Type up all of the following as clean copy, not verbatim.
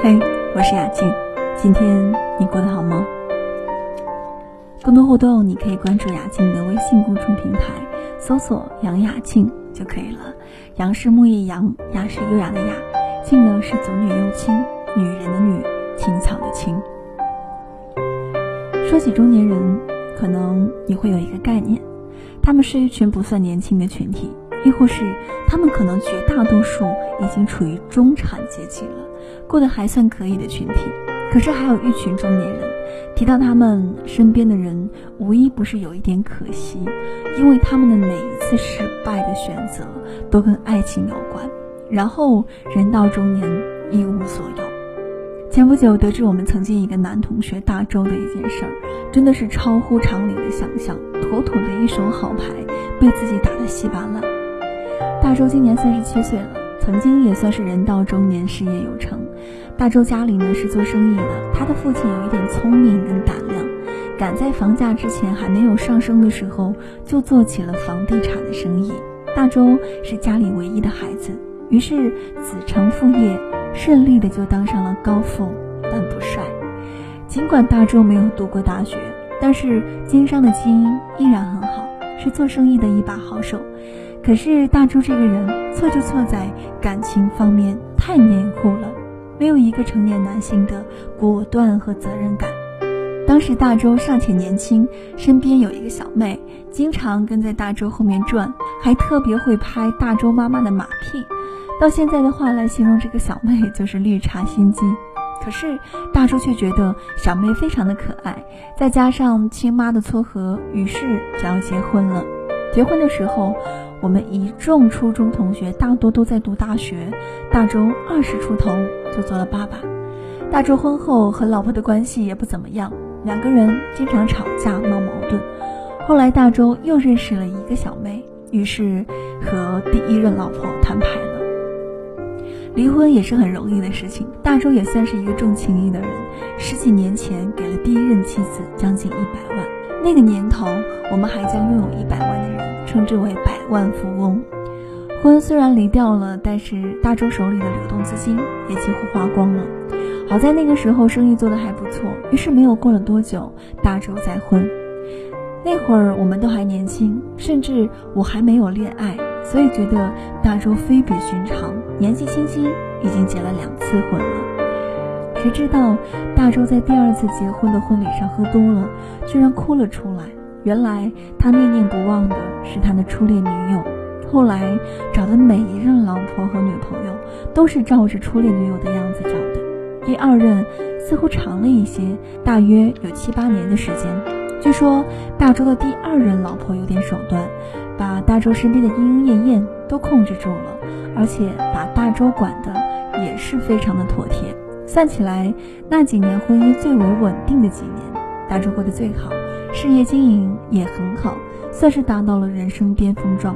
嘿，我是雅静，今天你过得好吗？更多互动你可以关注雅静的微信公众平台，搜索杨雅静就可以了。杨是木易杨，雅是优雅的雅，静呢是左女右青，女人的女，青草的青。说起中年人，可能你会有一个概念，他们是一群不算年轻的群体，亦或是他们可能绝大多数已经处于中产阶级了，过得还算可以的群体。可是还有一群中年人，提到他们身边的人，无一不是有一点可惜，因为他们的每一次失败的选择都跟爱情有关，然后人到中年一无所有。前不久得知我们曾经一个男同学大周的一件事儿，真的是超乎常理的想象，妥妥的一手好牌被自己打得稀巴烂。大周今年37岁了，曾经也算是人到中年，事业有成。大周家里呢是做生意的，他的父亲有一点聪明跟胆量，赶在房价之前还没有上升的时候就做起了房地产的生意。大周是家里唯一的孩子，于是子承父业，顺利的就当上了高富但不帅。尽管大周没有读过大学，但是经商的基因依然很好，是做生意的一把好手。可是大周这个人错就错在感情方面太黏糊了，没有一个成年男性的果断和责任感。当时大周尚且年轻，身边有一个小妹，经常跟在大周后面转，还特别会拍大周妈妈的马屁。到现在的话来形容这个小妹就是绿茶心机。可是大周却觉得小妹非常的可爱，再加上亲妈的撮合，于是就要结婚了。结婚的时候，我们一众初中同学大多都在读大学，大周20出头就做了爸爸。大周婚后和老婆的关系也不怎么样，两个人经常吵架闹矛盾。后来大周又认识了一个小妹，于是和第一任老婆摊牌了。离婚也是很容易的事情，大周也算是一个重情义的人，10几年前给了第一任妻子将近100万。那个年头，我们还将拥有100万的人称之为百万富翁。婚虽然离掉了，但是大周手里的流动资金也几乎花光了。好在那个时候生意做得还不错，于是没有过了多久，大周再婚。那会儿我们都还年轻，甚至我还没有恋爱，所以觉得大周非比寻常，年纪轻轻已经结了2次婚了。谁知道大周在第2次结婚的婚礼上喝多了，居然哭了出来。原来他念念不忘的是他的初恋女友，后来找的每一任老婆和女朋友都是照着初恋女友的样子找的。第2任似乎长了一些，大约有7、8年的时间。据说大周的第2任老婆有点手段，把大周身边的莺莺燕燕都控制住了，而且把大周管的也是非常的妥帖。算起来，那几年婚姻最为稳定的几年，大周过得最好，事业经营也很好，算是达到了人生巅峰状态。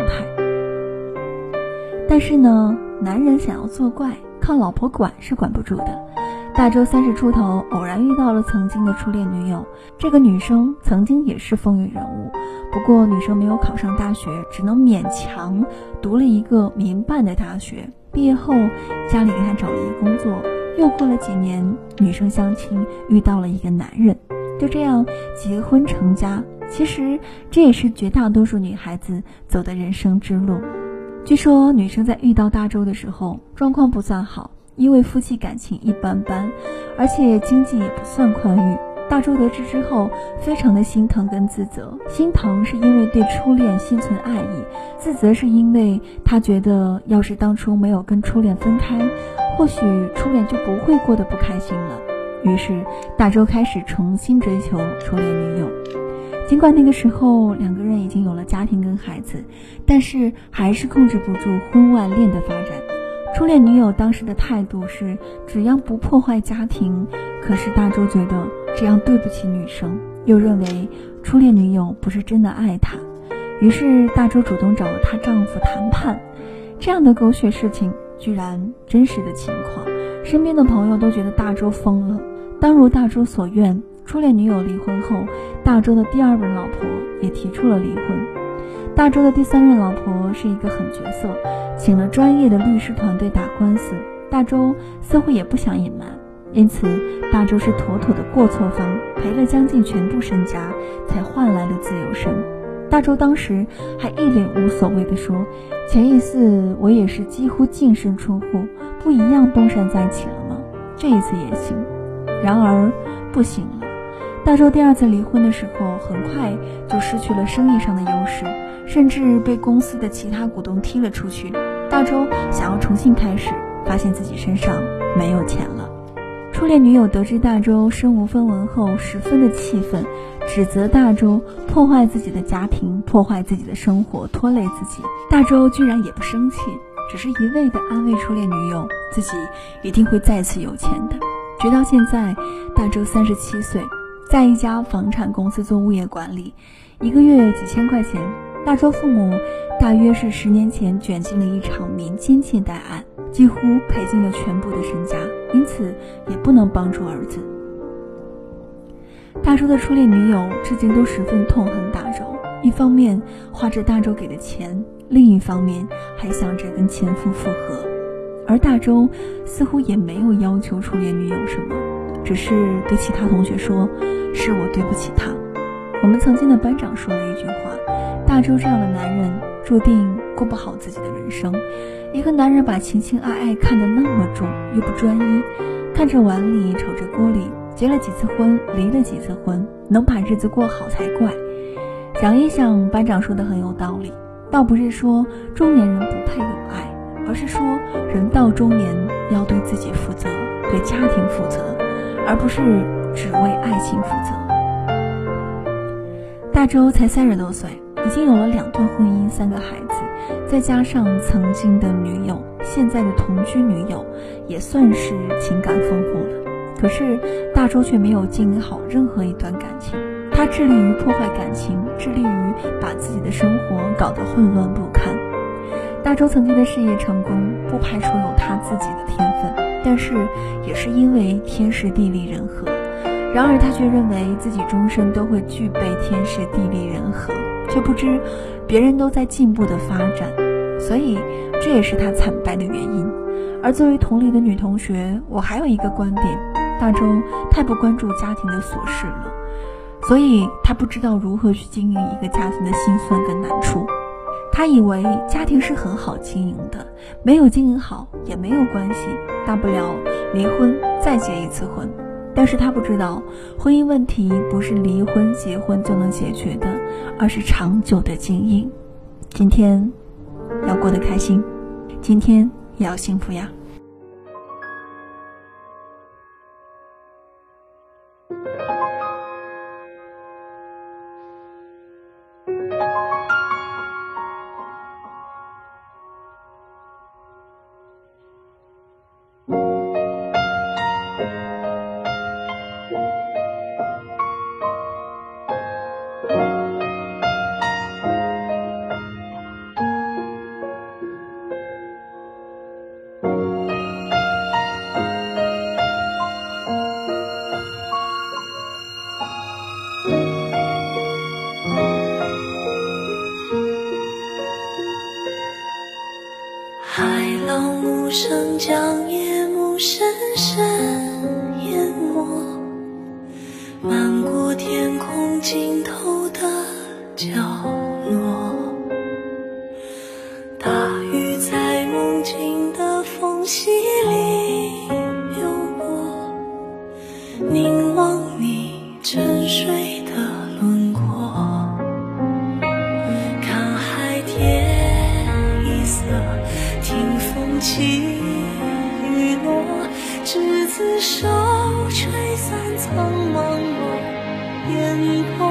但是呢，男人想要作怪，靠老婆管是管不住的。大周30出头，偶然遇到了曾经的初恋女友。这个女生曾经也是风云人物，不过女生没有考上大学，只能勉强读了一个民办的大学。毕业后，家里给她找了一个工作。又过了几年，女生相亲遇到了一个男人，就这样结婚成家。其实这也是绝大多数女孩子走的人生之路。据说女生在遇到大周的时候状况不算好，因为夫妻感情一般般，而且经济也不算宽裕。大周得知之后非常的心疼跟自责，心疼是因为对初恋心存爱意，自责是因为他觉得要是当初没有跟初恋分开，或许初恋就不会过得不开心了。于是大周开始重新追求初恋女友。尽管那个时候两个人已经有了家庭跟孩子，但是还是控制不住婚外恋的发展。初恋女友当时的态度是只要不破坏家庭，可是大周觉得这样对不起女生，又认为初恋女友不是真的爱他。于是大周主动找了她丈夫谈判。这样的狗血事情居然真实的情况，身边的朋友都觉得大周疯了。当如大周所愿，初恋女友离婚后，大周的第2任老婆也提出了离婚。大周的第3任老婆是一个狠角色，请了专业的律师团队打官司。大周似乎也不想隐瞒， 因此大周是妥妥的过错方，赔了将近全部身家，才换来了自由身。大周当时还一脸无所谓地说，前一次我也是几乎净身出户，不一样东山再起了吗？这一次也行。然而不行了，大周第二次离婚的时候，很快就失去了生意上的优势，甚至被公司的其他股东踢了出去。大周想要重新开始，发现自己身上没有钱了。初恋女友得知大周身无分文后，十分的气愤，指责大周破坏自己的家庭，破坏自己的生活，拖累自己。大周居然也不生气，只是一味地安慰初恋女友，自己一定会再次有钱的。直到现在，大周37岁，在一家房产公司做物业管理，一个月几千块钱。大周父母大约是10年前卷进了一场民间借贷案，几乎赔尽了全部的身家，因此也不能帮助儿子。大周的初恋女友至今都十分痛恨大周，一方面花着大周给的钱，另一方面还想着跟前夫复合。而大周似乎也没有要求初恋女友什么，只是对其他同学说，是我对不起他。我们曾经的班长说了一句话，大周这样的男人注定过不好自己的人生。一个男人把情情爱爱看得那么重，又不专一，看着碗里瞅着锅里，结了几次婚，离了几次婚，能把日子过好才怪。想一想，班长说的很有道理，倒不是说中年人不配有爱，而是说人到中年要对自己负责，对家庭负责，而不是只为爱情负责。大周才30多岁，已经有了2段婚姻，3个孩子，再加上曾经的女友，现在的同居女友，也算是情感丰富了。可是大周却没有经营好任何一段感情，他致力于破坏感情，致力于把自己的生活搞得混乱不堪。大周曾经的事业成功，不排除有他自己的天分，但是也是因为天时地利人和。然而他却认为自己终身都会具备天时地利人和，却不知别人都在进步的发展，所以这也是他惨败的原因。而作为同龄的女同学，我还有一个观点，大周太不关注家庭的琐事了，所以他不知道如何去经营一个家庭的辛酸跟难处。他以为家庭是很好经营的，没有经营好也没有关系，大不了离婚再结一次婚。但是他不知道，婚姻问题不是离婚结婚就能解决的，而是长久的经营。今天要过得开心，今天也要幸福呀。 海浪无声将夜幕深深淹没，漫过天空尽头的角落，大雨在梦境的缝隙里流过，凝望你沉睡的轮廓，看海天一色，听风起雨落，执子手，吹散苍茫的烟波。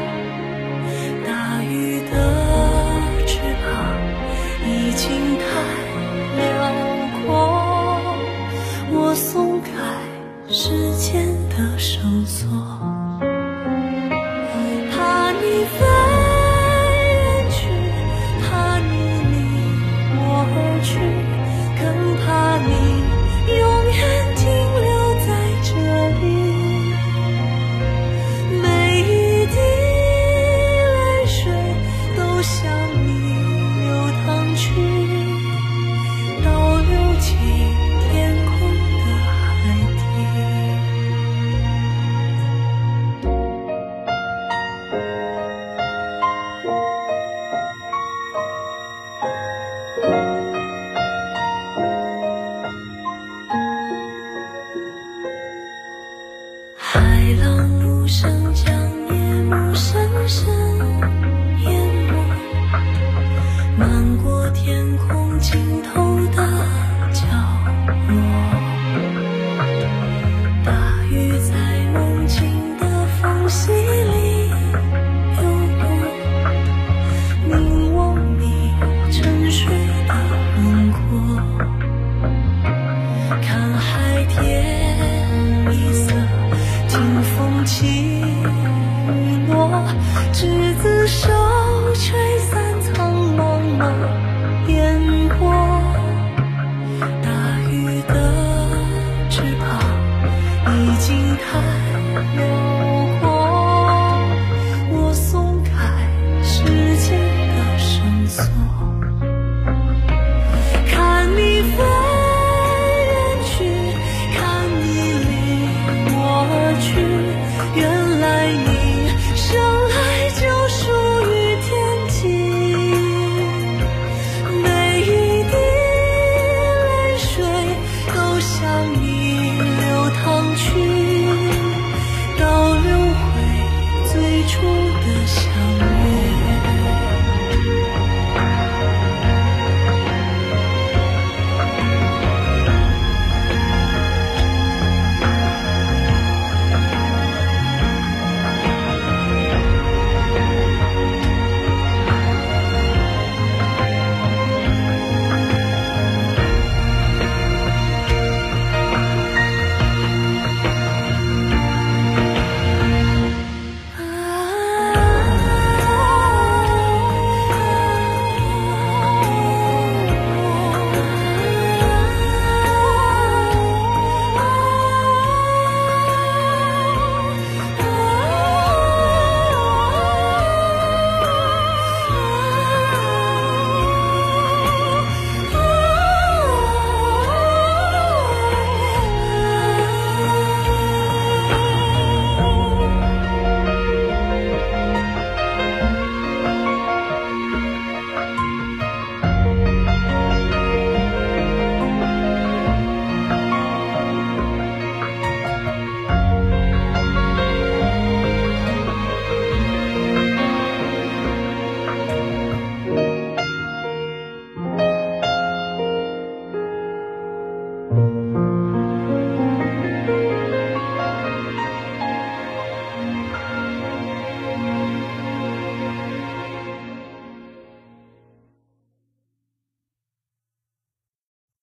大雨的翅膀已经太辽阔，我松开时间的绳索，怕你飞远去，怕你离我而去，更怕你永远停留在这里。每一天流过，我松开时间的绳索，看你飞远去，看你离我而去，原来你生来就属于天际，每一滴泪水都向你流淌去，倒流回最初的相约。